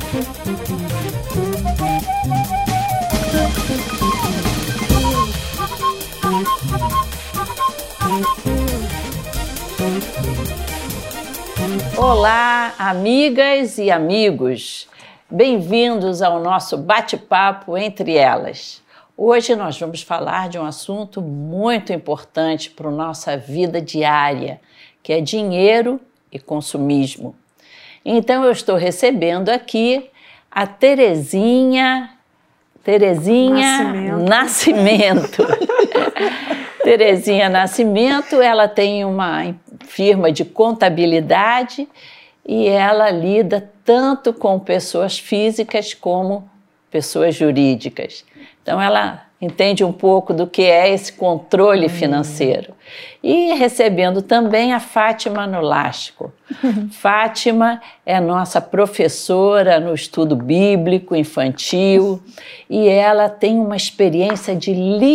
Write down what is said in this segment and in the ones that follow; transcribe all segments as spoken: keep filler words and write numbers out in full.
Olá, amigas e amigos! Bem-vindos ao nosso bate-papo Entre Elas. Hoje nós vamos falar de um assunto muito importante para a nossa vida diária, que é dinheiro e consumismo. Então eu estou recebendo aqui a Terezinha, Terezinha Nascimento. Nascimento. Terezinha Nascimento, ela tem uma firma de contabilidade e ela lida tanto com pessoas físicas como pessoas jurídicas. Então ela entende um pouco do que é esse controle hum. financeiro. E recebendo também a Fátima Nolasco. Fátima é nossa professora no estudo bíblico infantil e ela tem uma experiência de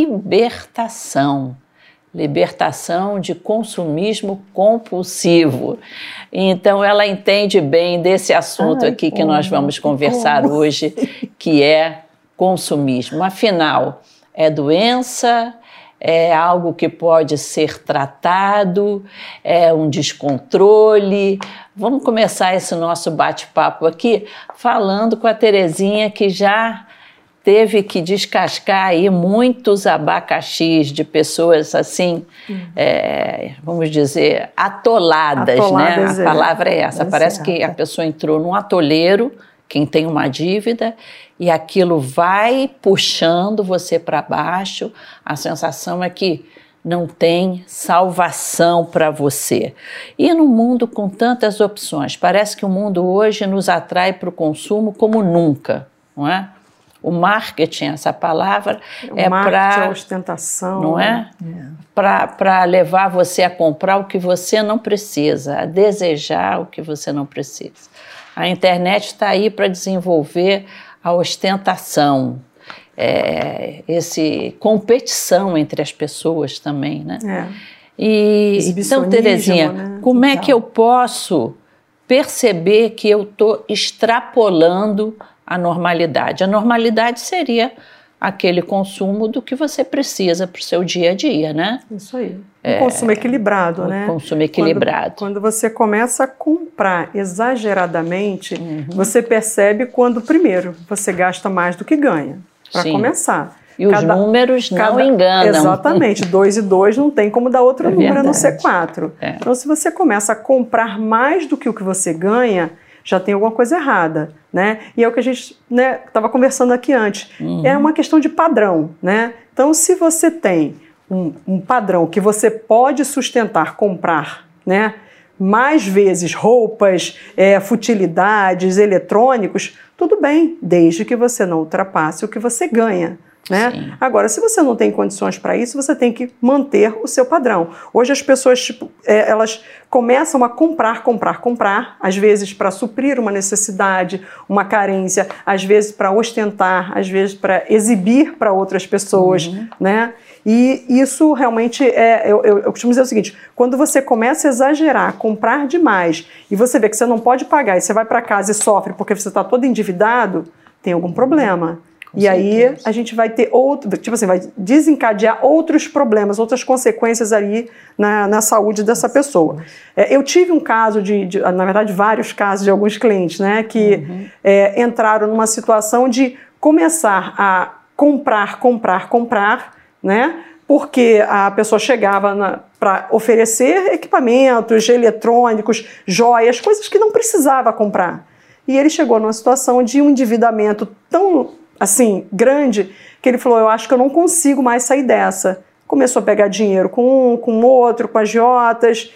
libertação. Libertação de consumismo compulsivo. Então, ela entende bem desse assunto Ai, aqui que nós vamos conversar como? hoje, que é consumismo. Afinal, é doença, é algo que pode ser tratado, é um descontrole. Vamos começar esse nosso bate-papo aqui falando com a Terezinha, que já teve que descascar aí muitos abacaxis de pessoas assim, uhum. é, vamos dizer, atoladas, atoladas, né? É. A palavra é essa. É Parece certo. que a pessoa entrou num atoleiro, quem tem uma dívida, e aquilo vai puxando você para baixo. A sensação é que não tem salvação para você. E no mundo com tantas opções, parece que o mundo hoje nos atrai para o consumo como nunca, não é? O marketing, essa palavra, o é para... a ostentação. Não é? é. Para levar você a comprar o que você não precisa, a desejar o que você não precisa. A internet está aí para desenvolver a ostentação, é, esse competição entre as pessoas também, né? É. E, então, Terezinha, né? como é que eu posso perceber que eu estou extrapolando a normalidade? A normalidade seria aquele consumo do que você precisa para o seu dia a dia, né? Isso aí. É, um consumo equilibrado, um né? Consumo equilibrado. Quando, quando você começa a comprar exageradamente, uhum. você percebe quando, primeiro, você gasta mais do que ganha, para começar. E cada, os números não cada, enganam. Exatamente. Dois e dois não tem como dar outro é número verdade. a não ser quatro. É. Então, se você começa a comprar mais do que o que você ganha, já tem alguma coisa errada, né? E é o que a gente estava né, conversando aqui antes. Uhum. É uma questão de padrão, né? Então, se você tem um, um padrão que você pode sustentar, comprar, né? Mais vezes roupas, é, futilidades, eletrônicos, tudo bem, desde que você não ultrapasse o que você ganha. Né? Agora, se você não tem condições para isso, você tem que manter o seu padrão. Hoje as pessoas tipo, é, elas começam a comprar, comprar, comprar, às vezes para suprir uma necessidade, uma carência, às vezes para ostentar, às vezes para exibir para outras pessoas, uhum. né? E isso realmente é, eu, eu, eu costumo dizer o seguinte, quando você começa a exagerar, comprar demais, e você vê que você não pode pagar, e você vai para casa e sofre porque você está todo endividado, tem algum problema. Com e certeza. Aí a gente vai ter outro, tipo assim, vai desencadear outros problemas, outras consequências ali na, na saúde dessa pessoa. É, eu tive um caso de, de, na verdade, vários casos de alguns clientes, né, que uhum. é, entraram numa situação de começar a comprar, comprar, comprar, né, porque a pessoa chegava para oferecer equipamentos eletrônicos, joias, coisas que não precisava comprar. E ele chegou numa situação de um endividamento tão assim, grande, que ele falou, eu acho que eu não consigo mais sair dessa. Começou a pegar dinheiro com um, com outro, com agiotas,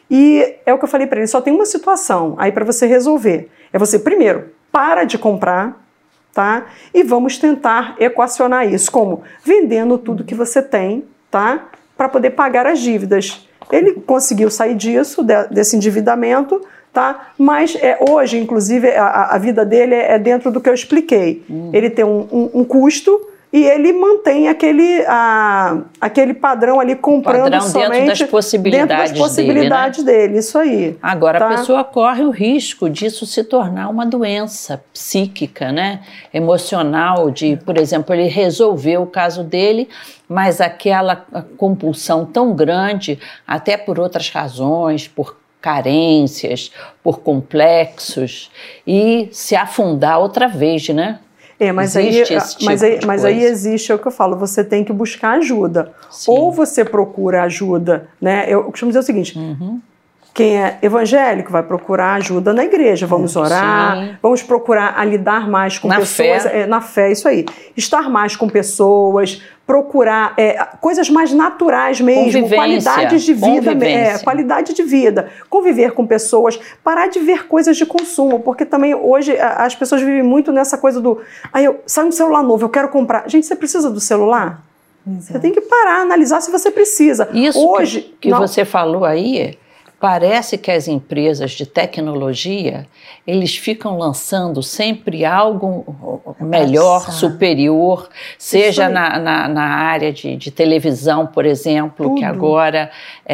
e é o que eu falei para ele, só tem uma situação aí para você resolver. É você, primeiro, para de comprar, tá? E vamos tentar equacionar isso, como vendendo tudo que você tem, tá? Para poder pagar as dívidas. Ele conseguiu sair disso, de, desse endividamento, tá? Mas é, hoje, inclusive, a, a vida dele é dentro do que eu expliquei. Hum. Ele tem um, um, um custo e ele mantém aquele, a, aquele padrão ali comprando padrão somente dentro das possibilidades, dentro das possibilidades dele, né? dele, isso aí. Agora tá? A pessoa corre o risco disso se tornar uma doença psíquica, né? Emocional, de, por exemplo, ele resolveu o caso dele, mas aquela compulsão tão grande, até por outras razões, por carências, por complexos, e se afundar outra vez, né? É, mas aí, tipo mas, aí, mas aí existe, é o que eu falo, você tem que buscar ajuda. Sim. Ou você procura ajuda, né? Eu costumo dizer o seguinte, uhum. quem é evangélico vai procurar ajuda na igreja, vamos orar, Sim. vamos procurar a lidar mais com na pessoas, fé. É, na fé, isso aí. Estar mais com pessoas, procurar é, coisas mais naturais mesmo, qualidades de vida, é, qualidade de vida, conviver com pessoas, parar de ver coisas de consumo, porque também hoje as pessoas vivem muito nessa coisa do, aí eu saio um celular novo, eu quero comprar. Gente, você precisa do celular? Exato. Você tem que parar, analisar se você precisa. Isso hoje que, que você falou aí, parece que as empresas de tecnologia, eles ficam lançando sempre algo melhor, Nossa. superior, seja na, na, na área de, de televisão, por exemplo, Tudo. que agora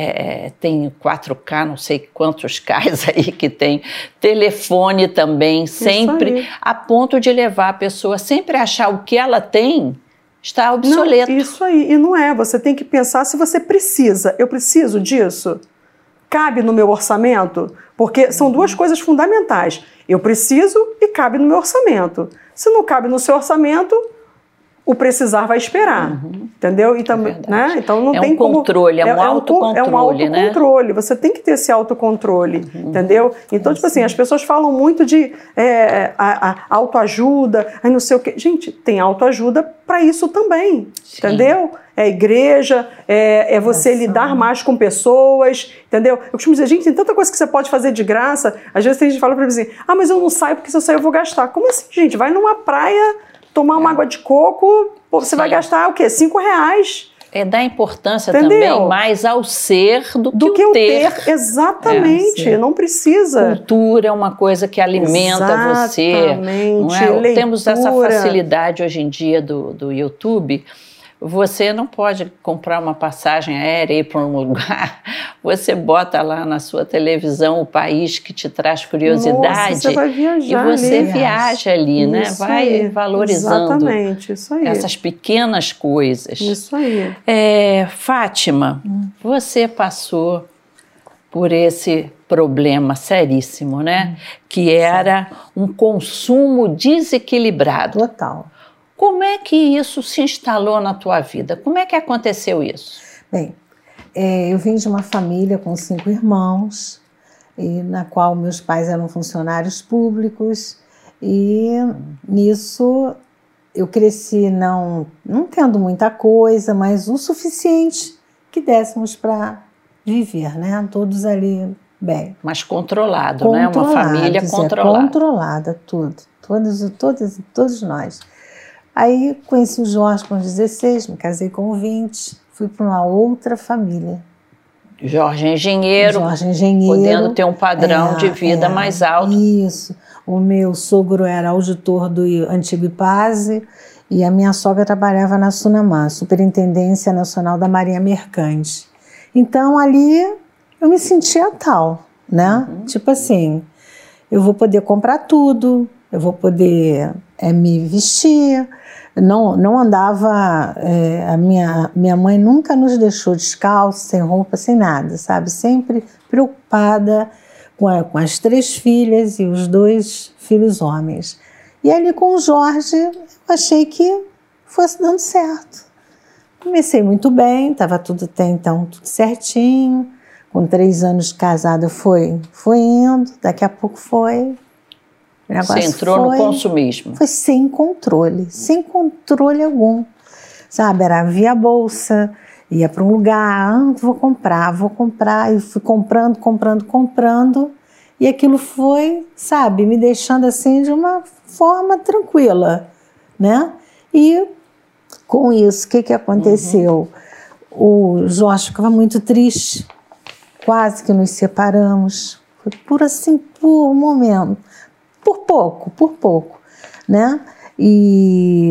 é, tem quatro K, não sei quantos Ks aí que tem, telefone também, sempre, a ponto de levar a pessoa sempre a achar o que ela tem está obsoleto. Não, isso aí, e não é, você tem que pensar se você precisa, eu preciso disso? Cabe no meu orçamento? Porque são duas coisas fundamentais. Eu preciso e cabe no meu orçamento. Se não cabe no seu orçamento, o precisar vai esperar. Uhum. Entendeu? E tam, é né? Então não é tem um como, controle, é um autocontrole. É um autocontrole, né? Você tem que ter esse autocontrole, uhum. entendeu? Então, é tipo assim, as pessoas falam muito de é, a, a autoajuda, aí não sei o quê. Gente, tem autoajuda para isso também, Sim. entendeu? É igreja, é, é você Nossa. lidar mais com pessoas, entendeu? Eu costumo dizer, gente, tem tanta coisa que você pode fazer de graça. Às vezes tem gente que fala para mim assim, ah, mas eu não saio porque se eu sair eu vou gastar. Como assim, gente? Vai numa praia tomar uma é. água de coco, pô, você Sim. vai gastar o quê? Cinco reais. É dar importância Entendeu? também mais ao ser do, do que, que o ter. ter. Exatamente, é, não precisa. Cultura é uma coisa que alimenta Exatamente. você. Não é? Leitura. Temos essa facilidade hoje em dia do, do YouTube. Você não pode comprar uma passagem aérea e ir para um lugar. Você bota lá na sua televisão o país que te traz curiosidade. Nossa, você vai viajar e você ali. viaja ali, isso né? Vai aí. valorizando Exatamente, isso aí. essas pequenas coisas. Isso aí. É, Fátima, hum. você passou por esse problema seríssimo, né? Hum. Que era um consumo desequilibrado. Total. Como é que isso se instalou na tua vida? Como é que aconteceu isso? Bem, é, eu vim de uma família com cinco irmãos, e, na qual meus pais eram funcionários públicos, e nisso eu cresci não, não tendo muita coisa, mas o suficiente que dessemos para viver, né? Todos ali bem. Mas controlado, né? Uma família controlada. É, controlada, tudo. Todos, todos, todos nós. Aí conheci o Jorge com dezesseis, me casei com vinte, fui para uma outra família. Jorge engenheiro, Jorge engenheiro, podendo ter um padrão é, de vida é, mais alto. Isso. O meu sogro era auditor do antigo IPASE e a minha sogra trabalhava na Sunamar, Superintendência Nacional da Marinha Mercante. Então ali eu me sentia tal, né? Uhum. Tipo assim, eu vou poder comprar tudo, eu vou poder é, me vestir. Não, não andava, é, a minha, minha mãe nunca nos deixou descalço, sem roupa, sem nada, sabe? Sempre preocupada com, a, com as três filhas e os dois filhos homens. E ali com o Jorge, eu achei que fosse dando certo. Comecei muito bem, estava tudo até então tudo certinho. Com três anos de casada foi, foi indo, daqui a pouco foi... Você entrou foi, no consumismo. Foi sem controle, sem controle algum. Sabe, era via bolsa, ia para um lugar, ah, vou comprar, vou comprar. E fui comprando, comprando, comprando. E aquilo foi, sabe, me deixando assim de uma forma tranquila, né? E com isso, o que, que aconteceu? Uhum. O Jorge ficava muito triste, quase que nos separamos. Foi por assim, por um momento. Por pouco, por pouco, né? E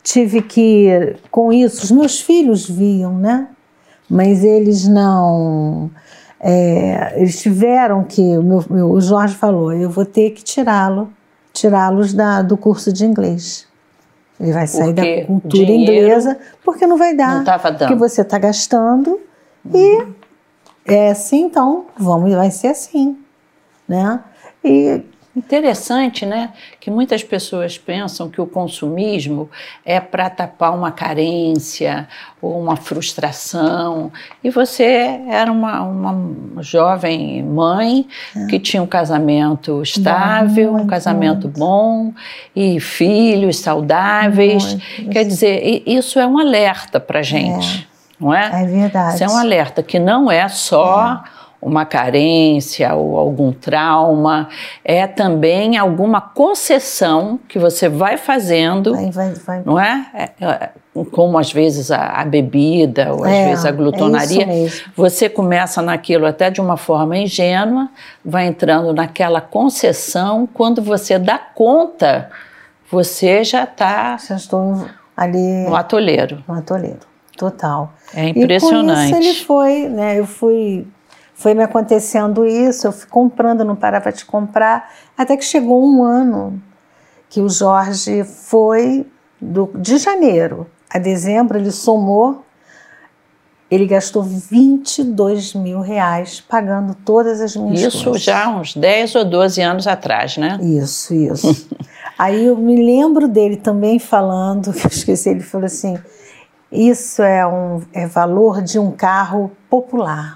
tive que, com isso, os meus filhos viam, né? Mas eles não... É, eles tiveram que... O, meu, meu, o Jorge falou, eu vou ter que tirá-lo, tirá-los da, do curso de inglês. Ele vai sair porque da cultura inglesa, porque não vai dar. Não estava dando. Porque você está gastando uhum. e é assim, então, vamos, vai ser assim, né? E... Interessante, né? Que muitas pessoas pensam que o consumismo é para tapar uma carência ou uma frustração. E você era uma, uma jovem mãe é. que tinha um casamento estável, muito, um casamento muito. bom e filhos saudáveis. Muito. Quer dizer, isso é um alerta para a gente, é. não é? É verdade. Isso é um alerta que não é só... É. uma carência ou algum trauma, é também alguma concessão que você vai fazendo, vai, vai, vai. não é? é, é como às vezes a, a bebida ou às é, vezes a glutonaria, é você começa naquilo até de uma forma ingênua, vai entrando naquela concessão, quando você dá conta, você já está ali no atoleiro. No atoleiro, total. É impressionante. E com isso ele foi, né, eu fui... Foi me acontecendo isso, eu fui comprando, não parava de comprar, até que chegou um ano que o Jorge foi, do, de janeiro a dezembro, ele somou, ele gastou vinte e dois mil reais pagando todas as minhas isso coisas. Isso já uns dez ou doze anos atrás, né? Isso, isso. Aí eu me lembro dele também falando, eu esqueci, ele falou assim, isso é, um, é valor de um carro popular.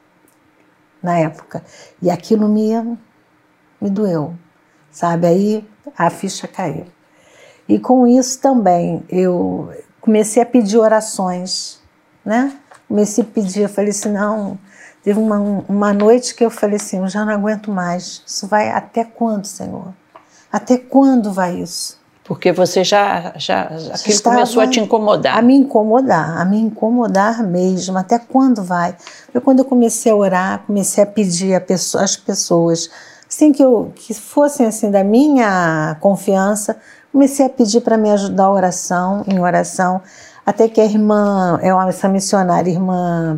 Na época, e aquilo me, me doeu, sabe, aí a ficha caiu. E com isso também, eu comecei a pedir orações, né, comecei a pedir, eu falei assim, não, teve uma, uma noite que eu falei assim, eu já não aguento mais, isso vai até quando, Senhor? Até quando vai isso? Porque você já, já, aquilo começou a te incomodar. A me incomodar, a me incomodar mesmo. Até quando vai? Foi quando eu comecei a orar, comecei a pedir a pessoa, as pessoas, assim que, eu, que fossem assim da minha confiança, comecei a pedir para me ajudar a oração, em oração, até que a irmã, essa missionária, a irmã,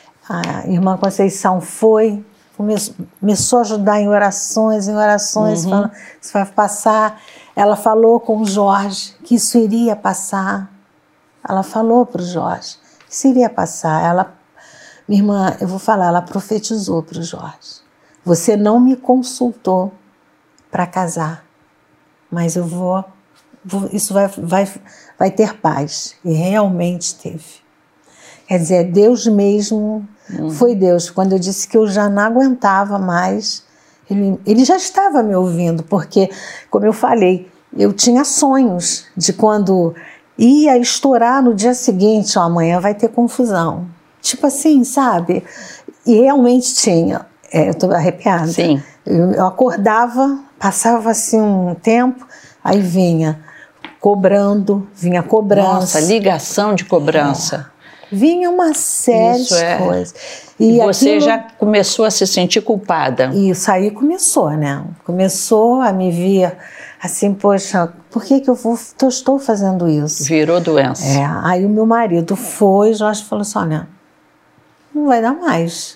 a irmã Conceição foi, começou a ajudar em orações, em orações, uhum. falando, isso vai passar. Ela falou com o Jorge que isso iria passar. Ela falou para o Jorge que isso iria passar. Ela, minha irmã, eu vou falar, ela profetizou para o Jorge. Você não me consultou para casar, mas eu vou, vou isso vai, vai, vai ter paz. E realmente teve. Quer dizer, Deus mesmo, uhum. foi Deus. Quando eu disse que eu já não aguentava mais, Ele, ele já estava me ouvindo, porque, como eu falei, eu tinha sonhos de quando ia estourar no dia seguinte, ó, amanhã vai ter confusão. Tipo assim, sabe? E realmente tinha. É, eu estou arrepiada. Sim. Eu, eu acordava, passava assim um tempo, aí vinha cobrando, vinha cobrança. Nossa, ligação de cobrança. É. Vinha uma série Isso de é. coisas. E, e você aquilo... já começou a se sentir culpada. Isso aí começou, né? Começou a me vir assim, poxa, por que que eu vou, eu estou fazendo isso? Virou doença. É, aí o meu marido foi, Jorge falou assim, olha, não vai dar mais.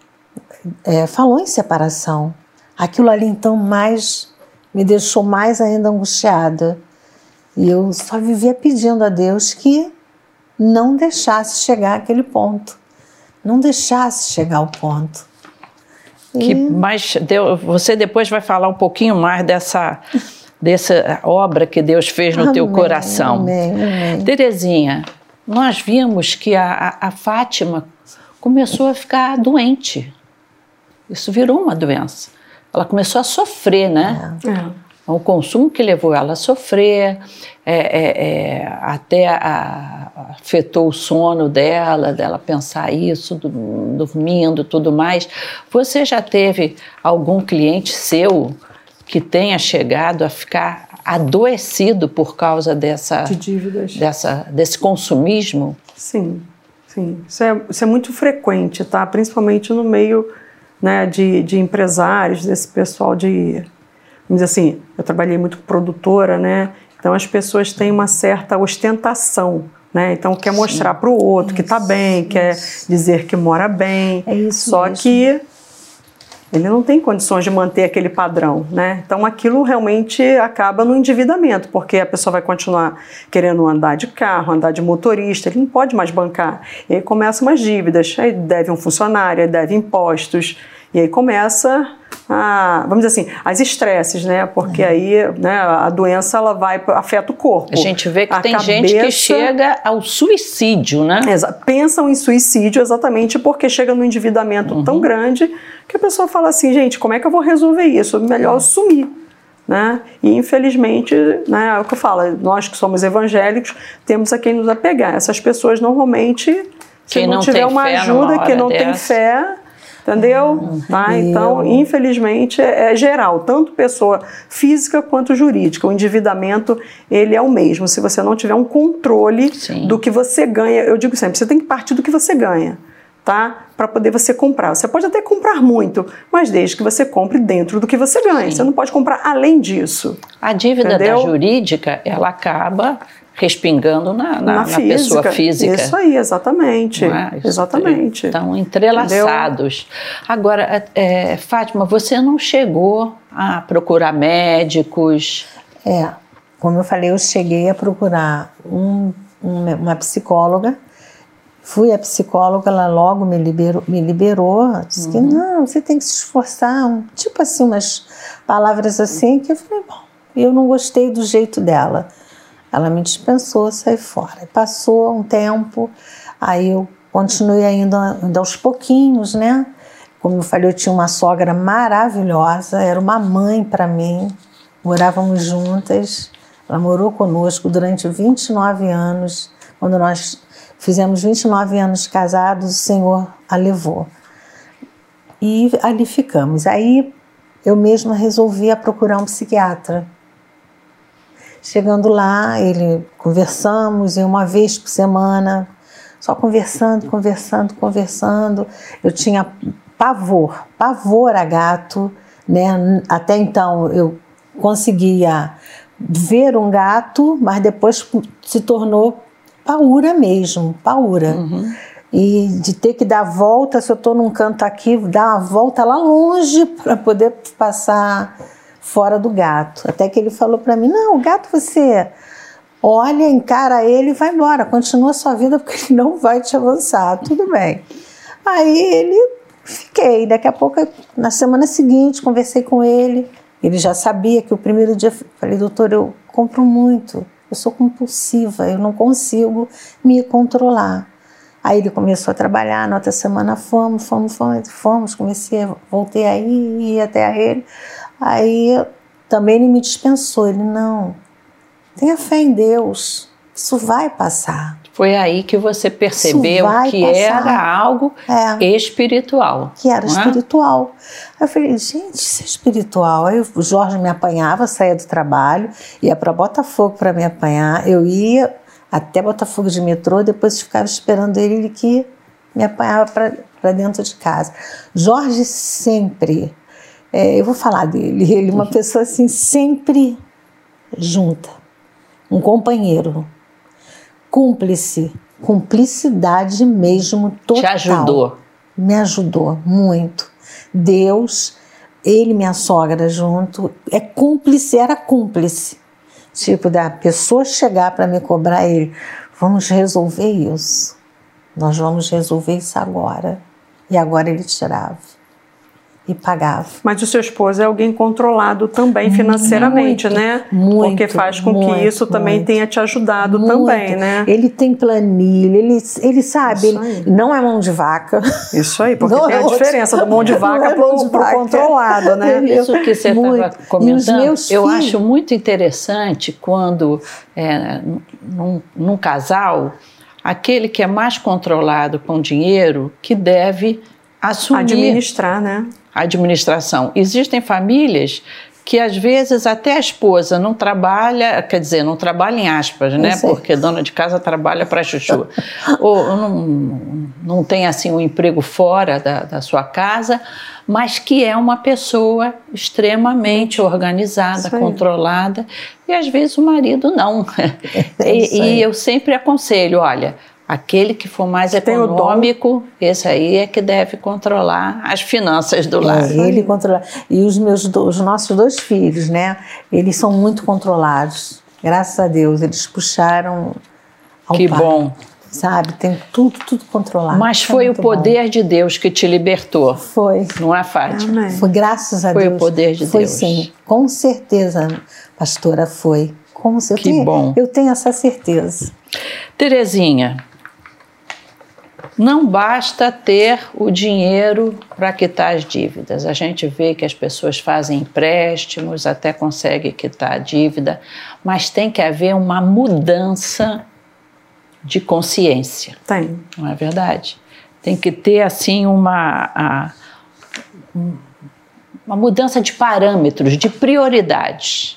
É, falou em separação. Aquilo ali então mais, me deixou mais ainda angustiada. E eu só vivia pedindo a Deus que não deixasse chegar àquele ponto. Não deixasse chegar ao ponto. Que, e... Mas Deus, você depois vai falar um pouquinho mais dessa, dessa obra que Deus fez no amém, teu coração. Amém, amém. Terezinha, nós vimos que a, a, a Fátima começou a ficar doente. Isso virou uma doença. Ela começou a sofrer, né? É. É. O consumo que levou ela a sofrer, é, é, é, até a, afetou o sono dela, dela pensar isso, do, dormindo, tudo mais. Você já teve algum cliente seu que tenha chegado a ficar adoecido por causa dessa, de dívidas, dessa, desse consumismo? Sim, sim. Isso é, isso é muito frequente, tá? Principalmente no meio, né, de, de empresários, desse pessoal de... Vamos dizer assim, eu trabalhei muito com produtora, né? Então as pessoas têm uma certa ostentação, né? Então quer mostrar para o outro isso, que está bem, isso. quer dizer que mora bem, é isso só mesmo. que ele não tem condições de manter aquele padrão, né? Então aquilo realmente acaba no endividamento, porque a pessoa vai continuar querendo andar de carro, andar de motorista, ele não pode mais bancar. E aí começam umas dívidas, aí deve um funcionário, aí deve impostos, e aí começa a, vamos dizer assim, as estresses, né? Porque é. aí, né, a doença ela vai, afeta o corpo. A gente vê que a tem cabeça, gente que chega ao suicídio, né? Exa- pensam em suicídio exatamente porque chega num endividamento uhum. tão grande que a pessoa fala assim, gente, como é que eu vou resolver isso? Melhor eu sumir. Né? E infelizmente, né, é o que eu falo, nós que somos evangélicos, temos a quem nos apegar. Essas pessoas normalmente, se quem não, não tiver uma ajuda, quem não tem fé, entendeu? Uhum. Tá? Então, infelizmente, é, é geral, tanto pessoa física quanto jurídica. O endividamento, ele é o mesmo. Se você não tiver um controle Sim. do que você ganha, eu digo sempre, você tem que partir do que você ganha, tá? Para poder você comprar. Você pode até comprar muito, mas desde que você compre dentro do que você ganha. Sim. Você não pode comprar além disso. A dívida entendeu? Da jurídica, ela acaba respingando na, na, na, na pessoa física. Isso aí, exatamente. É? Exatamente. Estão entrelaçados. Entendeu? Agora, é, Fátima, você não chegou a procurar médicos? É, como eu falei, eu cheguei a procurar um, um, uma psicóloga. Fui à psicóloga, ela logo me liberou, me liberou disse uhum. que não, você tem que se esforçar, um, tipo assim, umas palavras assim, que eu falei, bom, eu não gostei do jeito dela. Ela me dispensou, saí fora. Passou um tempo, aí eu continuei ainda, ainda aos pouquinhos, né? Como eu falei, eu tinha uma sogra maravilhosa, era uma mãe para mim, morávamos juntas, ela morou conosco durante vinte e nove anos, quando nós fizemos vinte e nove anos casados, o Senhor a levou. E ali ficamos. Aí eu mesma resolvi a procurar um psiquiatra. Chegando lá, ele conversamos, e uma vez por semana, só conversando, conversando, conversando. Eu tinha pavor, pavor a gato, né? Até então eu conseguia ver um gato, mas depois se tornou paura mesmo, paura. Uhum. E de ter que dar a volta, se eu estou num canto aqui, dar uma volta lá longe para poder passar fora do gato. Até que ele falou para mim, não, o gato você olha, encara ele e vai embora, continua a sua vida porque ele não vai te avançar, tudo bem. Aí ele, fiquei, daqui a pouco, na semana seguinte, conversei com ele, ele já sabia que o primeiro dia, falei, doutor, eu compro muito, eu sou compulsiva, eu não consigo me controlar. Aí ele começou a trabalhar, na outra semana fomos, fomos, fomos, fomos, comecei, voltei aí, ia até a ele. Aí também ele me dispensou, ele, não, tenha fé em Deus, isso vai passar. Foi aí que você percebeu que passar. Era algo é, espiritual. Que era espiritual. É? Aí eu falei, gente, isso é espiritual. Aí o Jorge me apanhava, saía do trabalho, ia para Botafogo para me apanhar, eu ia até Botafogo de metrô, depois ficava esperando ele, ele que me apanhava para dentro de casa. Jorge sempre... É, eu vou falar dele, ele é uma pessoa assim, sempre junta, um companheiro, cúmplice, cumplicidade mesmo total. Te ajudou? Me ajudou muito. Deus, ele e minha sogra junto, é cúmplice, era cúmplice. Tipo, da pessoa chegar para me cobrar, ele, vamos resolver isso, nós vamos resolver isso agora. E agora ele tirava. E pagava. Mas o seu esposo é alguém controlado também financeiramente, muito, né? Muito, porque faz com muito, que isso também muito, tenha te ajudado muito. também, né? Ele tem planilha, ele, ele sabe, ele não é mão de vaca. Isso aí, porque não tem é a diferença do mão de vaca é para o controlado, né? Isso que você estava comentando, eu filhos. acho muito interessante quando, é, num, num casal, aquele que é mais controlado com dinheiro, que deve assumir... Administrar, né? A administração. Existem famílias que às vezes até a esposa não trabalha, quer dizer, não trabalha em aspas, né? Porque dona de casa trabalha para chuchu. Ou não, não tem assim um emprego fora da, da sua casa, mas que é uma pessoa extremamente organizada, controlada, e às vezes o marido não. É e, e eu sempre aconselho, olha, aquele que for mais econômico, esse aí é que deve controlar as finanças do lar. É, ele controla. E os meus os nossos dois filhos, né? Eles são muito controlados. Graças a Deus, eles puxaram ao Que pai, bom. sabe? Tem tudo, tudo controlado. Mas foi é o poder bom. de Deus que te libertou. Foi. Não é, Fátima? Amém. Foi graças a foi Deus. Foi o poder de foi, Deus. Foi sim. Com certeza, pastora, foi. Com certeza. Que bom. Eu tenho essa certeza. Terezinha, não basta ter o dinheiro para quitar as dívidas. A gente vê que as pessoas fazem empréstimos, até conseguem quitar a dívida, mas tem que haver uma mudança de consciência. Tem. Não é verdade? Tem que ter, assim, uma, a, uma mudança de parâmetros, de prioridades.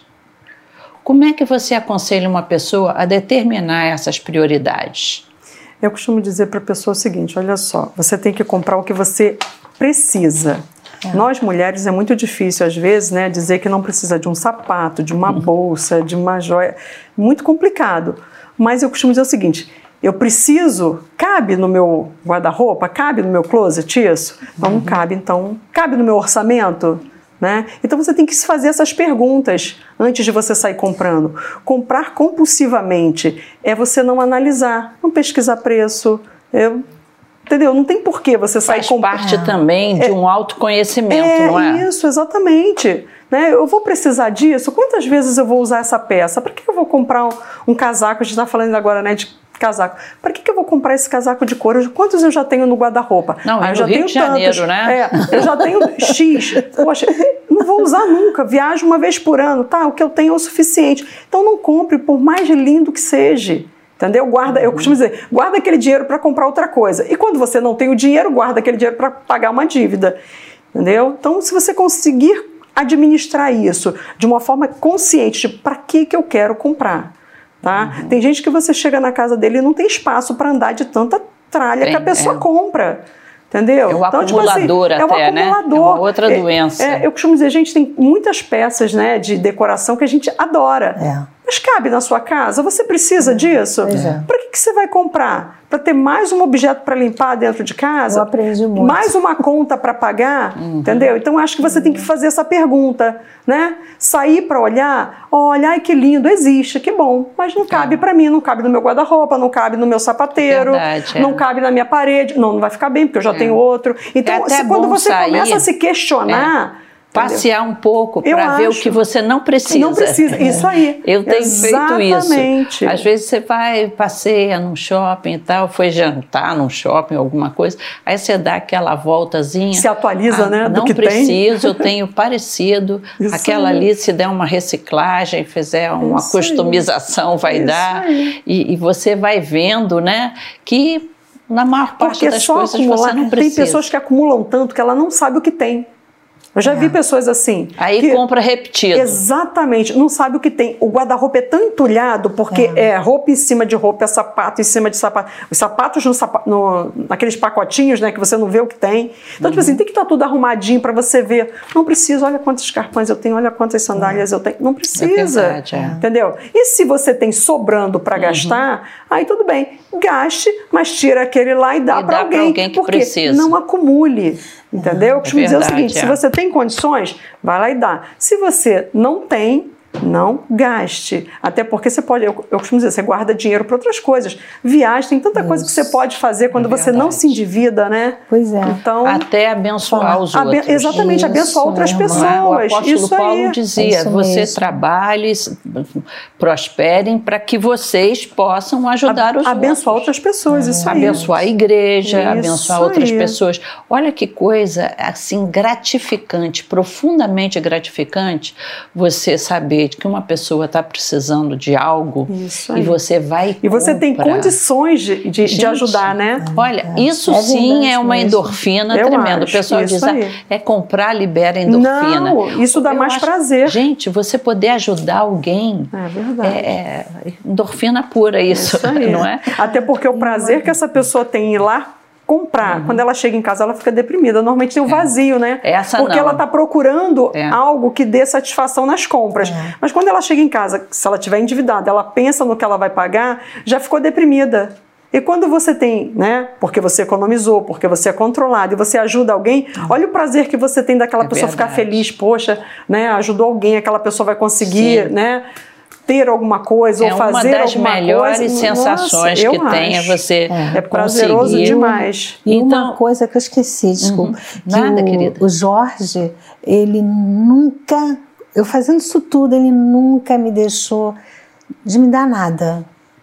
Como é que você aconselha uma pessoa a determinar essas prioridades? Eu costumo dizer para a pessoa o seguinte, olha só, você tem que comprar o que você precisa. É. Nós mulheres é muito difícil às vezes, né, dizer que não precisa de um sapato, de uma bolsa, de uma joia, muito complicado. Mas eu costumo dizer o seguinte, eu preciso, cabe no meu guarda-roupa, cabe no meu closet isso? Então não cabe, então cabe no meu orçamento? Né? Então você tem que se fazer essas perguntas antes de você sair comprando. Comprar compulsivamente é você não analisar, não pesquisar preço, eu, entendeu? Não tem porquê você sair comprando. Faz parte também de é, um autoconhecimento, é, não é? Isso, exatamente. Né? Eu vou precisar disso? Quantas vezes eu vou usar essa peça? Para que eu vou comprar um, um casaco? A gente está falando agora, né, de casaco. Para que, que eu vou comprar esse casaco de couro? Quantos eu já tenho no guarda-roupa? Não, ah, eu no já Rio tenho de Janeiro, né? É, eu já tenho X. Poxa, não vou usar nunca. Viajo uma vez por ano, tá? O que eu tenho é o suficiente. Então não compre, por mais lindo que seja. Entendeu? Guarda, eu costumo dizer, guarda aquele dinheiro para comprar outra coisa. E quando você não tem o dinheiro, guarda aquele dinheiro para pagar uma dívida. Entendeu? Então, se você conseguir administrar isso de uma forma consciente, de para que, que eu quero comprar. Tá? Uhum. Tem gente que você chega na casa dele e não tem espaço para andar de tanta tralha tem, que a pessoa é. compra. Entendeu? É o então, acumulador tipo assim, até, é um acumulador. Né? É uma outra é, doença. É, eu costumo dizer, a gente tem muitas peças, né, de decoração que a gente adora. É. Mas cabe na sua casa? Você precisa disso? É. Para que, que você vai comprar? Para ter mais um objeto para limpar dentro de casa? Eu aprendi muito. Mais uma conta para pagar? Uhum. Entendeu? Então, acho que você uhum. tem que fazer essa pergunta, né? Sair para olhar, olha, ai que lindo, existe, que bom, mas não cabe é. para mim, não cabe no meu guarda-roupa, não cabe no meu sapateiro, Verdade, não é. cabe na minha parede, não, não vai ficar bem, porque eu já é. tenho outro. Então, é se, quando você sair, começa a se questionar... É. Passear um pouco para ver o que você não precisa. Não precisa, isso aí. Eu tenho Exatamente. feito isso. Às vezes você vai, passeia num shopping e tal, foi jantar num shopping, alguma coisa, aí você dá aquela voltazinha. Se atualiza, ah, né? Do não que preciso, tem. eu tenho parecido. Isso aquela aí. ali, se der uma reciclagem, fizer uma isso customização, aí. vai isso dar. E, e você vai vendo, né, que na maior parte Porque das só coisas acumular, você não precisa. Tem pessoas que acumulam tanto que ela não sabe o que tem. Eu já é. vi pessoas assim. Aí que, compra repetido. Exatamente. Não sabe o que tem. O guarda-roupa é tão entulhado porque é. é roupa em cima de roupa, é sapato em cima de sapato. Os sapatos no sapato, no, naqueles pacotinhos, né, que você não vê o que tem. Então, uhum. tipo assim, tem que estar tudo arrumadinho para você ver. Não precisa, olha quantos escarpões eu tenho, olha quantas sandálias é. eu tenho. Não precisa. É verdade, é. Entendeu? E se você tem sobrando para uhum. gastar, aí tudo bem. Gaste, mas tira aquele lá e dá para alguém. alguém que porque precisa. Não acumule. Entendeu? Eu costumo é verdade, dizer o seguinte, é. se você tem condições, vai lá e dá. Se você não tem, não gaste. Até porque você pode, eu, eu costumo dizer, você guarda dinheiro para outras coisas. Viagem, tem tanta Isso. coisa que você pode fazer quando é você não se endivida, né? Pois é. Então, até abençoar os abe outros. Exatamente, Isso, abençoar outras é, pessoas. O apóstolo Isso Paulo aí. dizia, Isso você mesmo. trabalhe, prosperem para que vocês possam ajudar a, os abençoar outros. outras pessoas, é. isso aí. Abençoar a igreja, isso abençoar outras aí. pessoas. Olha que coisa assim gratificante, profundamente gratificante, você saber de que uma pessoa está precisando de algo e você vai E você comprar. tem condições de, de, Gente, de ajudar, né? Olha, é, isso é sim é uma mesmo. endorfina Eu tremenda. acho, O pessoal diz, ah, é comprar, libera endorfina. Não, isso dá Eu mais acho, prazer. Gente, você poder ajudar alguém É verdade. é, é endorfina pura isso, isso aí. não é? Até porque o prazer que essa pessoa tem em ir lá comprar, uhum. quando ela chega em casa, ela fica deprimida. Normalmente tem um vazio, né? Essa Porque não. ela está procurando é. algo que dê satisfação nas compras. É. Mas quando ela chega em casa, se ela estiver endividada, ela pensa no que ela vai pagar, já ficou deprimida. E quando você tem, né, porque você economizou, porque você é controlado e você ajuda alguém, olha o prazer que você tem daquela é pessoa verdade. ficar feliz, poxa, né, ajudou alguém, aquela pessoa vai conseguir, Sim. né, ter alguma coisa é ou fazer alguma coisa. Uma das melhores sensações Nossa, que tem é você é, é prazeroso conseguir. demais. E então, uma coisa que eu esqueci, desculpa, uhum. Nada, o, querida. O Jorge, ele nunca, eu fazendo isso tudo, ele nunca me deixou de me dar nada.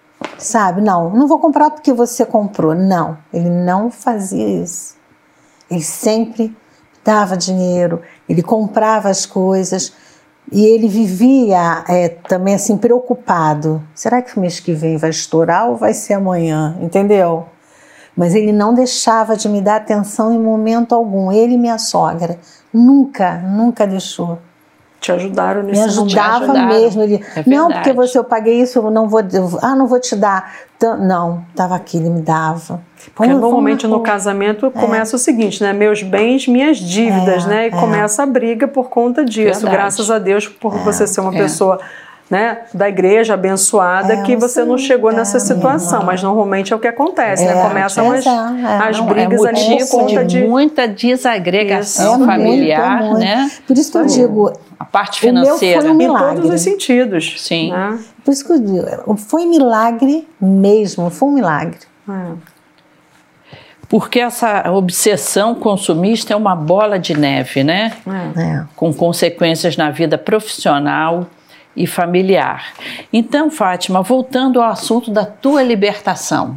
Sabe, não, não vou comprar porque você comprou. Não, ele não fazia isso. Ele sempre dava dinheiro, ele comprava as coisas e ele vivia é, também assim preocupado. Será que o mês que vem vai estourar ou vai ser amanhã? Entendeu? Mas ele não deixava de me dar atenção em momento algum. Ele e minha sogra nunca, nunca deixou. Te ajudaram nesse Me ajudava ajudaram. mesmo. Ele, é não, porque você, eu paguei isso, eu não vou, eu, ah, não vou te dar. Não, estava aqui, ele me dava. Porque vamos, normalmente vamos no casamento começa é. o seguinte, né? Meus bens, minhas dívidas, é, né? E é. começa a briga por conta disso. Verdade. Graças a Deus por é. você ser uma é. pessoa, né, da igreja abençoada, é, que você sim, não chegou é, nessa situação, é. mas normalmente é o que acontece, é, né? Começam as, as não, brigas é ali por conta de muita desagregação é, familiar, muito, é, né? Por isso que eu digo, a parte financeira, o meu foi um milagre. Em todos os sentidos. Sim. Né? Por isso que eu digo, foi milagre mesmo, foi um milagre. É. Porque essa obsessão consumista é uma bola de neve, né? É. Com consequências na vida profissional e familiar. Então, Fátima, voltando ao assunto da tua libertação,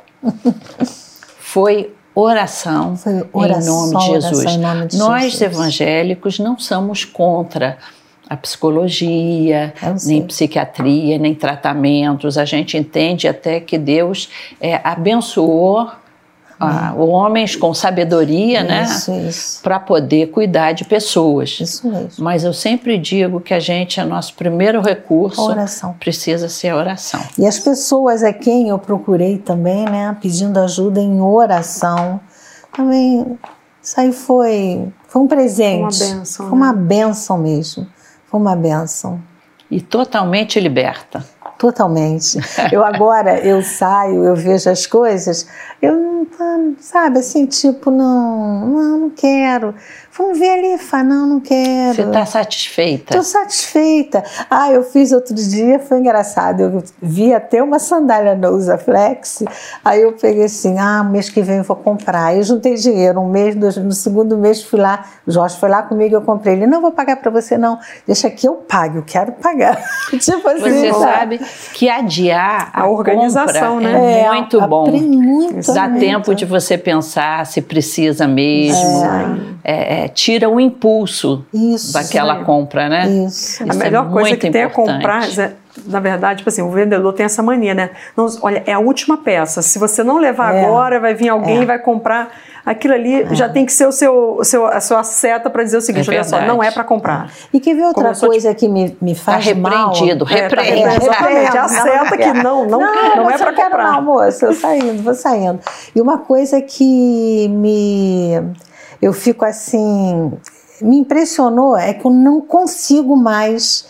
foi oração, foi oração em nome de Jesus. Em nome de Nós, Jesus. evangélicos, não somos contra a psicologia, nem psiquiatria, nem tratamentos. A gente entende até que Deus é, abençoou Ah, homens com sabedoria, isso, né, isso. para poder cuidar de pessoas. Isso mesmo. Mas eu sempre digo que a gente, é nosso primeiro recurso, a oração. Precisa ser a oração. E as pessoas a quem eu procurei também, né, pedindo ajuda em oração, também, isso aí foi, foi um presente. Foi uma bênção. Foi uma né? bênção mesmo. Foi uma bênção. E totalmente liberta. Totalmente. Eu agora, eu saio, eu vejo as coisas, eu não, sabe, assim, tipo, não, não, não quero. Vamos ver ali, Fá, não, não quero. Você está satisfeita? Estou satisfeita. Ah, eu fiz outro dia, foi engraçado, eu vi até uma sandália no Usaflex, aí eu peguei assim, ah, mês que vem eu vou comprar. Aí eu juntei dinheiro, um mês, dois, no segundo mês fui lá, o Jorge foi lá comigo, eu comprei. Ele, não vou pagar para você não, deixa que eu pague, eu quero pagar. Tipo assim, você tá? sabe que adiar a, a organização, compra né? é muito é, bom. Muito, Dá muito. tempo de você pensar se precisa mesmo. É. É, é, tira o impulso Isso, daquela é. compra, né? Isso. A melhor é coisa que tem a importante. comprar, é, na verdade, tipo assim, o vendedor tem essa mania, né? Não, olha, é a última peça. Se você não levar é. agora, vai vir alguém e é. vai comprar. Aquilo ali é. já tem que ser o seu, o seu, a sua seta para dizer o seguinte, é olha só, não é para comprar. E quer ver outra Começou coisa de... que me, me faz tá mal? Repreendido, É, tá repreendido. Exatamente, a seta que não, não, não, não é para comprar. Não, moça, eu saindo, vou saindo. E uma coisa que me... eu fico assim... me impressionou é que eu não consigo mais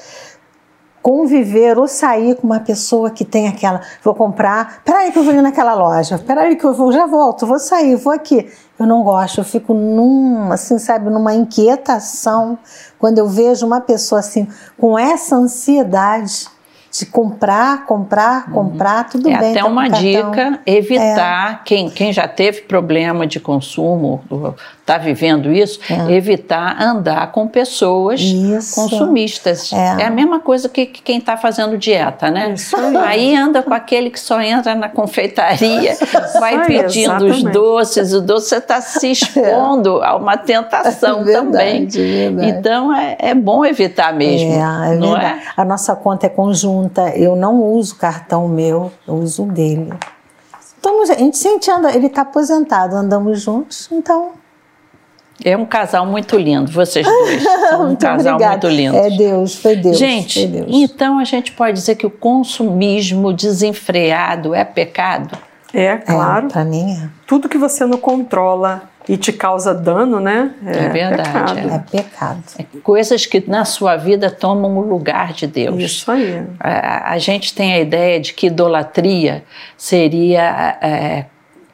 conviver ou sair com uma pessoa que tem aquela, vou comprar, peraí que eu vou ir naquela loja, peraí que eu vou, já volto, vou sair, vou aqui. Eu não gosto, eu fico num, assim, sabe, numa inquietação quando eu vejo uma pessoa assim, com essa ansiedade de comprar, comprar, comprar, uhum. tudo é bem. É até tá uma dica, evitar, é. quem, quem já teve problema de consumo, está vivendo isso, é. evitar andar com pessoas isso. consumistas. É. é a mesma coisa que, que quem está fazendo dieta, né? Isso aí. aí anda com aquele que só entra na confeitaria, isso vai aí, pedindo exatamente. os doces, o doce, você está se expondo é. a uma tentação é verdade, também. É verdade. Então é, é bom evitar mesmo, é, é não é? A nossa conta é conjunta, eu não uso cartão meu, eu uso o dele. Então, a gente sempre anda, ele está aposentado, andamos juntos, então... É um casal muito lindo, vocês dois. São um casal obrigada. muito lindo. É Deus, foi Deus. Gente, foi Deus. Então a gente pode dizer que o consumismo desenfreado é pecado? É, claro. É, para mim é. Tudo que você não controla e te causa dano, né? É, é verdade. Pecado. É. é pecado. É coisas que na sua vida tomam o lugar de Deus. Isso aí. A, a gente tem a ideia de que idolatria seria é,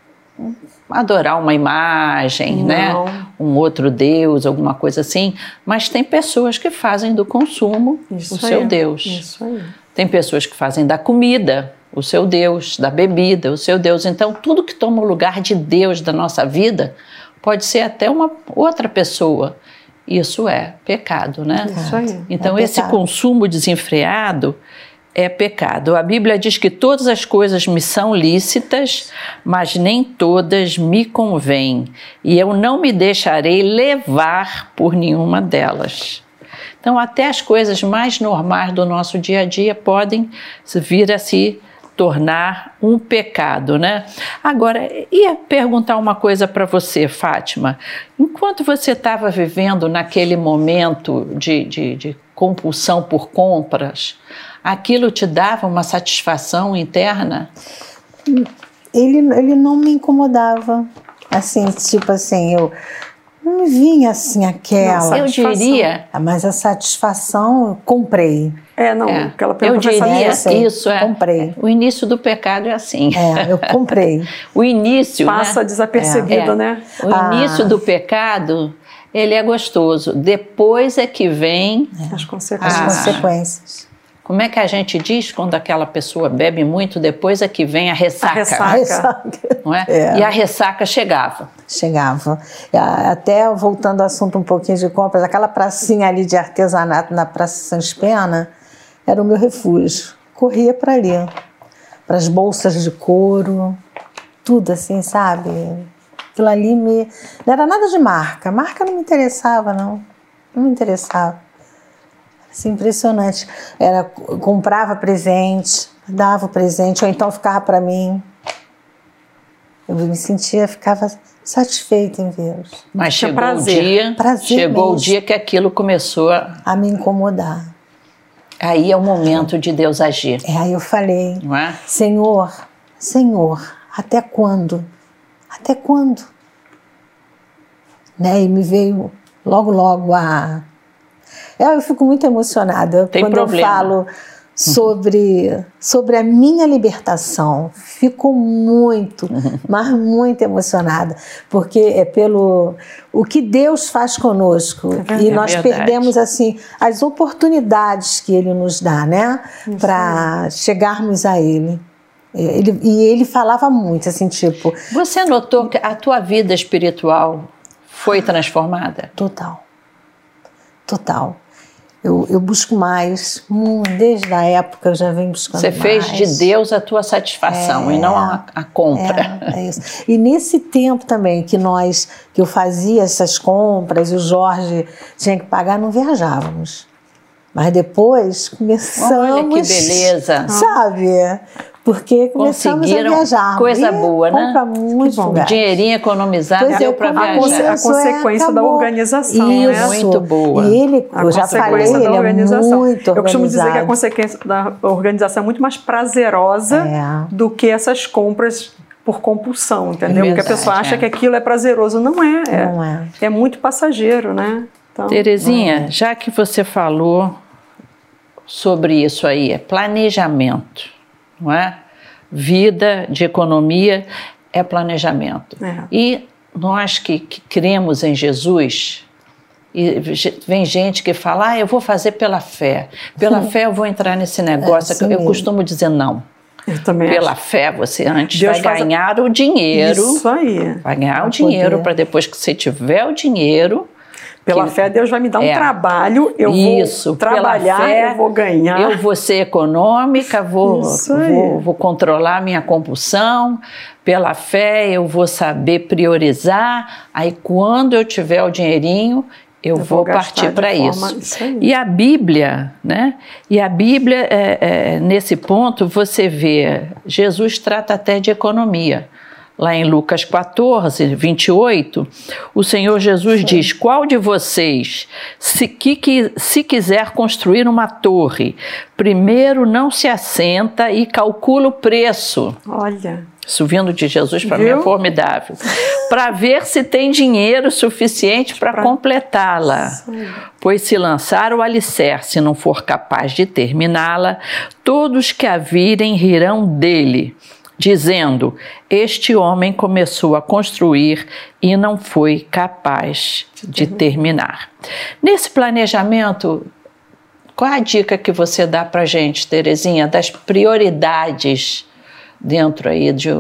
adorar uma imagem, não. né? Um outro Deus, alguma coisa assim. Mas tem pessoas que fazem do consumo Isso o aí. seu Deus. Isso aí. Tem pessoas que fazem da comida o seu Deus, da bebida o seu Deus. Então, tudo que toma o lugar de Deus da nossa vida pode ser até uma outra pessoa. Isso é pecado, né? Isso aí. Então, é esse pecado. consumo desenfreado é pecado. A Bíblia diz que todas as coisas me são lícitas, mas nem todas me convêm, e eu não me deixarei levar por nenhuma delas. Então, até as coisas mais normais do nosso dia a dia podem vir a se tornar um pecado, né? Agora, ia perguntar uma coisa para você, Fátima. Enquanto você estava vivendo naquele momento de, de, de compulsão por compras, aquilo te dava uma satisfação interna? Ele, ele não me incomodava. Assim, tipo assim, eu não me vinha assim aquela... Eu diria... Mas a satisfação, eu comprei. É, não, é. aquela eu diria assim, isso é. Comprei. O início do pecado é assim. É, eu comprei. O início, passa né? desapercebido, é. né? O ah. início do pecado, ele é gostoso. Depois é que vem é. as consequências. As consequências. Como é que a gente diz quando aquela pessoa bebe muito? Depois é que vem a ressaca. A ressaca. A ressaca. Não é? É. E a ressaca chegava. Chegava. Até voltando ao assunto um pouquinho de compras, aquela pracinha ali de artesanato na Praça Sans Pena era o meu refúgio. Corria para ali, para as bolsas de couro, tudo assim, sabe? Aquilo ali me... não era nada de marca. Marca não me interessava, não. Não me interessava. Assim, impressionante. Era, comprava presente, dava o presente, ou então ficava para mim. Eu me sentia, ficava satisfeita em vê-los. Mas chegou prazer. o dia, prazer chegou mesmo. o dia que aquilo começou a... a me incomodar. Aí é o momento de Deus agir. É, aí eu falei, não é? Senhor, Senhor, até quando? Até quando? Né? E me veio logo, logo a... Eu fico muito emocionada Tem quando problema. eu falo sobre, sobre a minha libertação. Fico muito, mas muito emocionada, porque é pelo o que Deus faz conosco é e nós é perdemos assim as oportunidades que Ele nos dá, né, para chegarmos a Ele. Ele. E Ele falava muito assim, tipo... Você notou que a tua vida espiritual foi transformada? Total. Total. Eu, eu busco mais, desde a época eu já venho buscando mais. Você fez de Deus a tua satisfação é, e não a, a compra. É, é isso. E nesse tempo também que nós, que eu fazia essas compras e o Jorge tinha que pagar, não viajávamos. Mas depois começamos... Olha que beleza! Sabe? Porque começamos a viajar. Coisa e boa, né? Muito o dinheirinho economizado pois deu é, para A viajar. consequência é, da organização, Isso. né? Muito boa. E ele, a eu já falei, ele da organização. é muito organizado. Eu costumo dizer que a consequência da organização é muito mais prazerosa é. do que essas compras por compulsão, entendeu? É verdade, porque a pessoa acha é. que aquilo é prazeroso. Não é. É, Não é. é muito passageiro, né? Então, Terezinha, é. já que você falou sobre isso aí, é planejamento, não é? Vida de economia é planejamento. É. E nós que, que cremos em Jesus, e vem gente que fala, ah, eu vou fazer pela fé. Pela fé eu vou entrar nesse negócio. É, eu costumo dizer não. Eu também Pela acho. fé, você antes Deus vai ganhar a... o dinheiro. Isso aí. Vai ganhar o dinheiro para depois que você tiver o dinheiro... Pela que... fé, Deus vai me dar um é. trabalho, eu Isso, vou trabalhar, fé, eu vou ganhar. Eu vou ser econômica, vou, vou, vou controlar minha compulsão. Pela fé, eu vou saber priorizar. Aí, quando eu tiver o dinheirinho, eu, eu vou, vou partir para isso. isso e a Bíblia, né? E a Bíblia, é, é, nesse ponto, você vê, Jesus trata até de economia. Lá em Lucas quatorze, vinte e oito, o Senhor Jesus Sim. diz, qual de vocês, se, que, se quiser construir uma torre, primeiro não se assenta e calcula o preço. Olha. Isso vindo de Jesus para mim é formidável. Para ver se tem dinheiro suficiente para pra... completá-la. Pois se lançar o alicerce e não for capaz de terminá-la, todos que a virem rirão dele, dizendo, este homem começou a construir e não foi capaz de terminar. Nesse planejamento, qual a dica que você dá para a gente, Terezinha, das prioridades dentro aí de,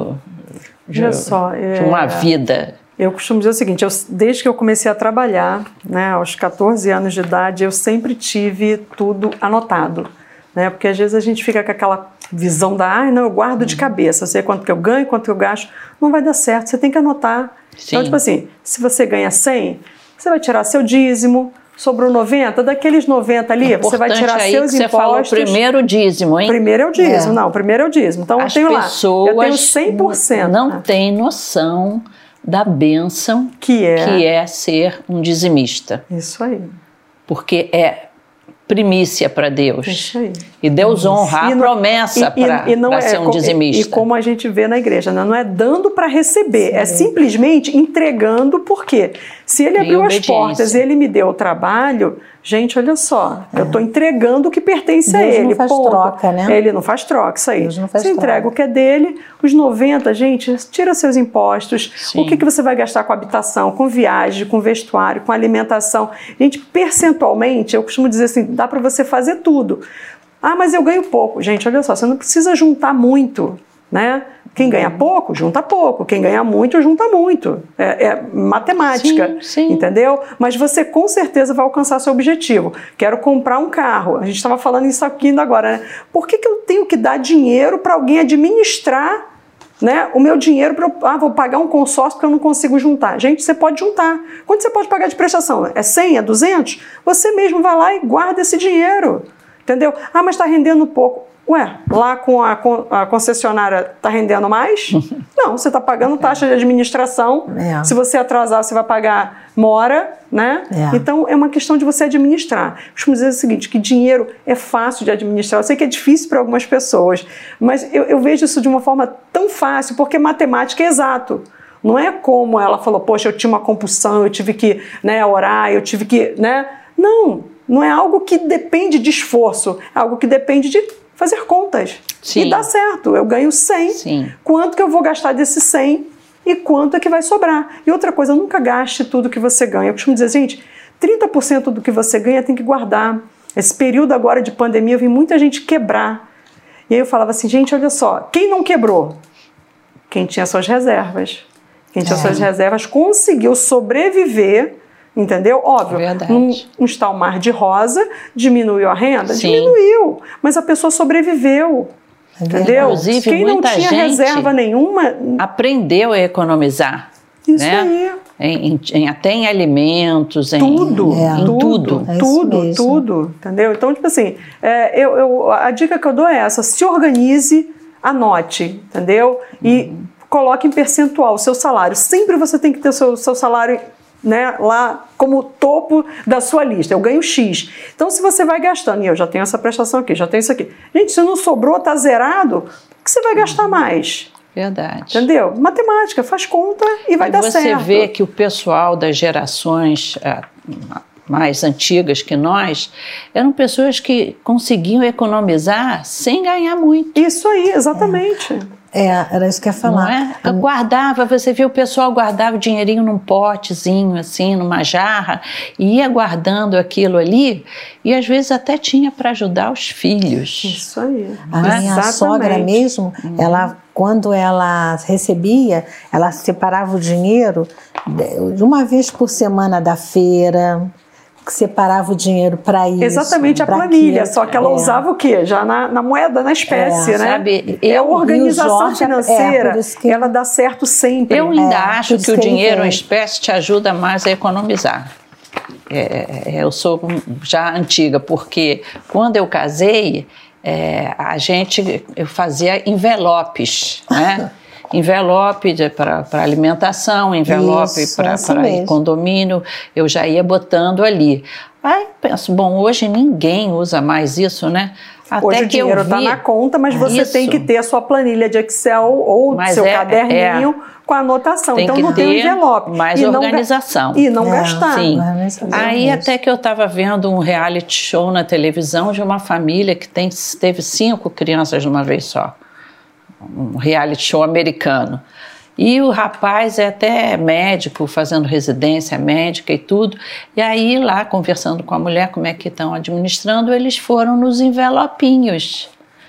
de, só, é, de uma vida? Eu costumo dizer o seguinte, eu, desde que eu comecei a trabalhar, né, aos catorze anos de idade, eu sempre tive tudo anotado. Né? Porque às vezes a gente fica com aquela visão da, ah, não, eu guardo de cabeça, eu sei quanto que eu ganho, quanto que eu gasto, não vai dar certo, você tem que anotar. Sim. Então, tipo assim, se você ganha cem, você vai tirar seu dízimo, sobrou noventa, daqueles noventa ali, você vai tirar aí seus que impostos. Você falou primeiro dízimo, hein? Primeiro é o dízimo, é. não, primeiro é o dízimo. Então, As eu tenho pessoas lá, eu tenho cem por cento. Não né? tem noção da bênção que é. que é ser um dizimista. Isso aí. Porque é primícia para Deus. Isso aí. E Deus honra a promessa para é, ser um dizimista. E, e como a gente vê na igreja, né? Não é dando para receber, Sim. é simplesmente entregando, porque se ele abriu as portas e ele me deu o trabalho, gente, olha só, é. eu estou entregando o que pertence Deus a ele. Não faz ponto. troca, né? Ele não faz troca, isso aí. Deus não faz você troca. entrega o que é dele, os noventa, gente, tira seus impostos. Sim. O que, que você vai gastar com habitação, com viagem, com vestuário, com alimentação? Gente, percentualmente, eu costumo dizer assim, dá para você fazer tudo. Ah, mas eu ganho pouco. Gente, olha só, você não precisa juntar muito, né? Quem ganha pouco, junta pouco. Quem ganha muito, junta muito. É, é matemática, sim, sim. entendeu? Mas você com certeza vai alcançar seu objetivo. Quero comprar um carro. A gente estava falando isso aqui ainda agora, né? Por que, que eu tenho que dar dinheiro para alguém administrar, né, o meu dinheiro para eu ah, vou pagar um consórcio porque eu não consigo juntar? Gente, você pode juntar. Quanto você pode pagar de prestação? É cem? É duzentos? Você mesmo vai lá e guarda esse dinheiro. Entendeu? Ah, mas está rendendo pouco. Ué, lá com a, a concessionária está rendendo mais? Não, você está pagando taxa de administração. É. Se você atrasar, você vai pagar mora, né? É. Então, é uma questão de você administrar. Costumo dizer o seguinte, que dinheiro é fácil de administrar. Eu sei que é difícil para algumas pessoas, mas eu, eu vejo isso de uma forma tão fácil, porque matemática é exato. Não é como ela falou, poxa, eu tinha uma compulsão, eu tive que, né, orar, eu tive que, né? Não, não é algo que depende de esforço, é algo que depende de fazer contas. Sim. E dá certo, eu ganho cem, Sim. quanto que eu vou gastar desse cem e quanto é que vai sobrar. E outra coisa, nunca gaste tudo que você ganha. Eu costumo dizer, gente, trinta por cento do que você ganha tem que guardar. Esse período agora de pandemia, eu vi muita gente quebrar. E aí eu falava assim, gente, olha só, quem não quebrou? Quem tinha suas reservas. Quem tinha é. suas reservas conseguiu sobreviver, entendeu? Óbvio, não, não está o mar de rosa, diminuiu a renda? Sim. Diminuiu, mas a pessoa sobreviveu, é entendeu? Inclusive, quem não tinha reserva nenhuma... aprendeu a economizar. Isso né? aí. Em, em, até em alimentos, em tudo, em, é. tudo, tudo, é tudo, tudo, entendeu? Então, tipo assim, é, eu, eu, a dica que eu dou é essa, se organize, anote, entendeu? E uhum. coloque em percentual o seu salário. Sempre você tem que ter o seu, seu salário, né, lá como topo da sua lista. Eu ganho X. Então, se você vai gastando, e eu já tenho essa prestação aqui, já tenho isso aqui. Gente, se não sobrou, tá zerado, o que você vai gastar mais? Verdade. Entendeu? Matemática, faz conta e vai e dar você certo. Você vê que o pessoal das gerações uh, mais antigas que nós eram pessoas que conseguiam economizar sem ganhar muito. Isso aí, exatamente. É, era isso que eu ia falar. Não é? Eu guardava, você viu, o pessoal guardava o dinheirinho num potezinho, assim, numa jarra, e ia guardando aquilo ali, e às vezes até tinha para ajudar os filhos. Isso aí. A minha Exatamente. sogra mesmo, hum. ela, quando ela recebia, ela separava o dinheiro de uma vez por semana da feira, que separava o dinheiro para isso. Exatamente, a planilha, aquilo. Só que ela é. usava o quê? Já na, na moeda, na espécie, é, né? Sabe, é a organização Jorge, financeira, é, que... ela dá certo sempre. Eu ainda é, acho que o dinheiro em espécie te ajuda mais a economizar. É, eu sou já antiga, porque quando eu casei, é, a gente, eu fazia envelopes, né? Envelope para alimentação, envelope para condomínio, eu já ia botando ali. Aí penso, bom, hoje ninguém usa mais isso, né? Até hoje que o dinheiro está na conta, mas você isso. tem que ter a sua planilha de Excel ou mas seu é, caderninho é, com a anotação. Tem então que não ter tem um envelope. Mais e organização. Não, e não é, gastar. Sim. Aí até que eu estava vendo um reality show na televisão de uma família que tem, teve cinco crianças de uma vez só. Um reality show americano. E o rapaz é até médico, fazendo residência médica e tudo. E aí, lá, conversando com a mulher, como é que estão administrando, eles foram nos envelopinhos.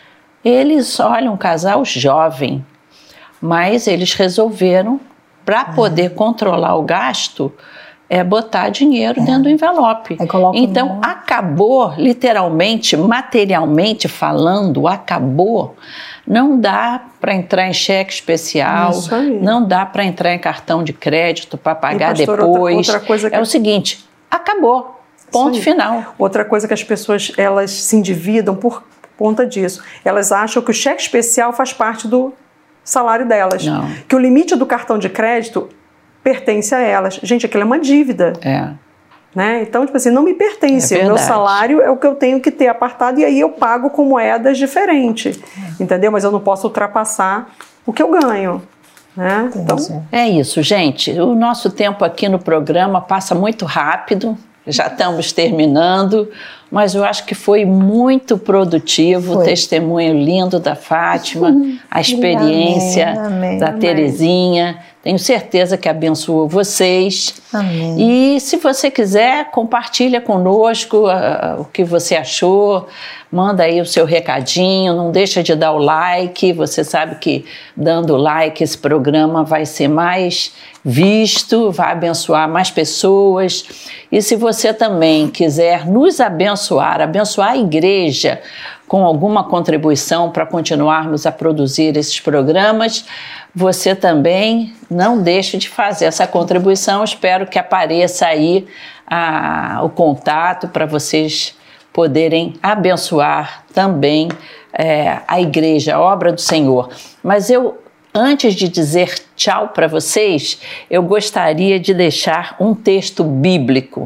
Eles, olha, um casal jovem, mas eles resolveram, para poder controlar o gasto, é botar dinheiro é. dentro do envelope. Então, no... acabou, literalmente, materialmente falando, acabou. Não dá para entrar em cheque especial, não dá para entrar em cartão de crédito para pagar e, pastor, depois. Outra, outra coisa que... É o seguinte, acabou, ponto final. Outra coisa que as pessoas elas se endividam por conta disso. Elas acham que o cheque especial faz parte do salário delas. Não. Que o limite do cartão de crédito pertence a elas. Gente, aquilo é uma dívida. É. Né? Então, tipo assim, não me pertence. É o meu salário é o que eu tenho que ter apartado e aí eu pago com moedas diferentes. É. Entendeu? Mas eu não posso ultrapassar o que eu ganho. Né? Então... É isso, gente. O nosso tempo aqui no programa passa muito rápido. Já estamos terminando, mas eu acho que foi muito produtivo, foi. O testemunho lindo da Fátima, uhum. a experiência amém, amém, da amém. Terezinha. Tenho certeza que abençoou vocês. Amém. E se você quiser, compartilha conosco uh, o que você achou. Manda aí o seu recadinho, não deixa de dar o like. Você sabe que dando like esse programa vai ser mais visto, vai abençoar mais pessoas. E se você também quiser nos abençoar, abençoar a igreja com alguma contribuição para continuarmos a produzir esses programas, você também não deixe de fazer essa contribuição. Espero que apareça aí a, o contato para vocês poderem abençoar também é, a igreja, a obra do Senhor. Mas eu, antes de dizer tchau para vocês, eu gostaria de deixar um texto bíblico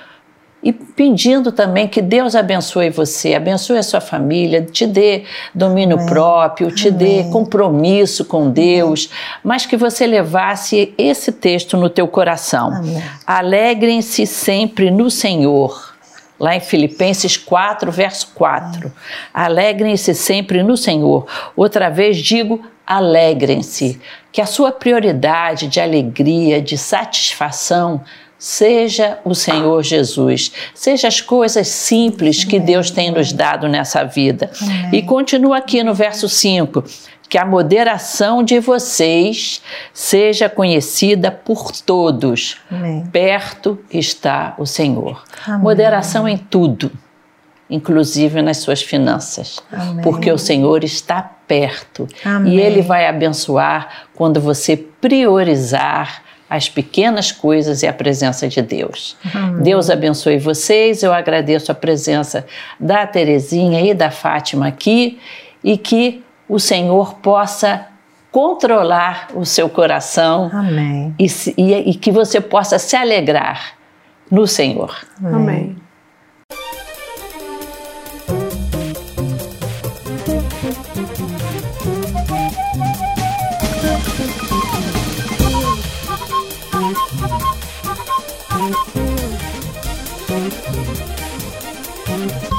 e pedindo também que Deus abençoe você, abençoe a sua família, te dê domínio Amém. próprio, te Amém. dê compromisso com Deus, mas que você levasse esse texto no teu coração. Amém. Alegrem-se sempre no Senhor. Lá em Filipenses quatro, verso quatro. Alegrem-se sempre no Senhor. Outra vez digo, alegrem-se. Que a sua prioridade de alegria, de satisfação, seja o Senhor Jesus. Seja as coisas simples que Deus tem nos dado nessa vida. Amém. E continua aqui no verso cinco. Que a moderação de vocês seja conhecida por todos. Amém. Perto está o Senhor. Amém. Moderação em tudo, inclusive nas suas finanças. Amém. Porque o Senhor está perto. Amém. E Ele vai abençoar quando você priorizar as pequenas coisas e a presença de Deus. Amém. Deus abençoe vocês. Eu agradeço a presença da Terezinha e da Fátima aqui e que o Senhor possa controlar o seu coração. Amém. E, e, e que você possa se alegrar no Senhor. Amém. Amém.